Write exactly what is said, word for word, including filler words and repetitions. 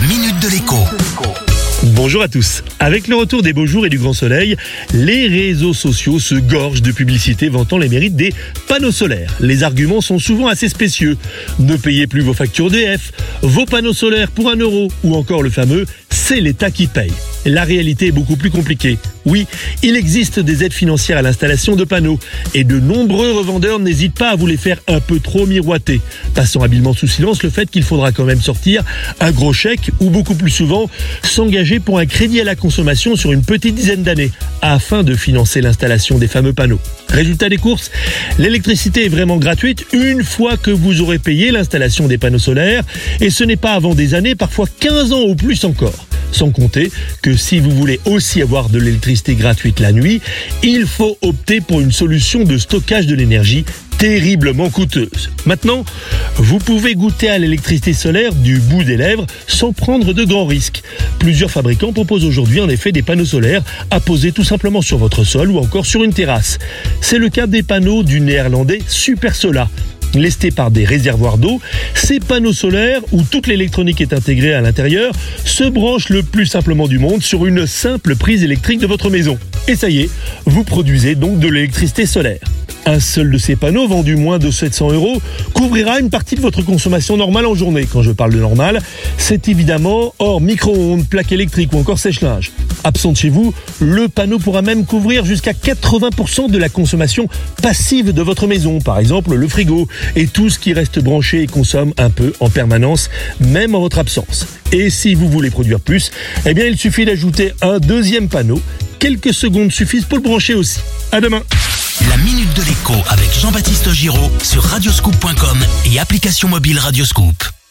minute de l'écho. Bonjour à tous. Avec le retour des beaux jours et du grand soleil, les réseaux sociaux se gorgent de publicités vantant les mérites des panneaux solaires. Les arguments sont souvent assez spécieux. Ne payez plus vos factures d'E F, vos panneaux solaires pour un euro, ou encore le fameux « c'est l'État qui paye ». La réalité est beaucoup plus compliquée. Oui, il existe des aides financières à l'installation de panneaux et de nombreux revendeurs n'hésitent pas à vous les faire un peu trop miroiter, passant habilement sous silence le fait qu'il faudra quand même sortir un gros chèque ou beaucoup plus souvent s'engager pour un crédit à la consommation sur une petite dizaine d'années afin de financer l'installation des fameux panneaux. Résultat des courses, l'électricité est vraiment gratuite une fois que vous aurez payé l'installation des panneaux solaires et ce n'est pas avant des années, parfois quinze ans ou plus encore. Sans compter que si vous voulez aussi avoir de l'électricité gratuite la nuit, il faut opter pour une solution de stockage de l'énergie terriblement coûteuse. Maintenant, vous pouvez goûter à l'électricité solaire du bout des lèvres sans prendre de grands risques. Plusieurs fabricants proposent aujourd'hui en effet des panneaux solaires à poser tout simplement sur votre sol ou encore sur une terrasse. C'est le cas des panneaux du néerlandais Supersolar. Lestés par des réservoirs d'eau, ces panneaux solaires, où toute l'électronique est intégrée à l'intérieur, se branchent le plus simplement du monde sur une simple prise électrique de votre maison. Et ça y est, vous produisez donc de l'électricité solaire. Un seul de ces panneaux, vendu moins de sept cents euros, couvrira une partie de votre consommation normale en journée. Quand je parle de normal, c'est évidemment hors micro-ondes, plaque électrique ou encore sèche-linge. Absent de chez vous, le panneau pourra même couvrir jusqu'à quatre-vingts pour cent de la consommation passive de votre maison, par exemple le frigo, et tout ce qui reste branché et consomme un peu en permanence, même en votre absence. Et si vous voulez produire plus, eh bien il suffit d'ajouter un deuxième panneau. Quelques secondes suffisent pour le brancher aussi. À demain. La minute de l'écho avec Jean-Baptiste Giraud sur radioscoop point com et application mobile Radioscoop.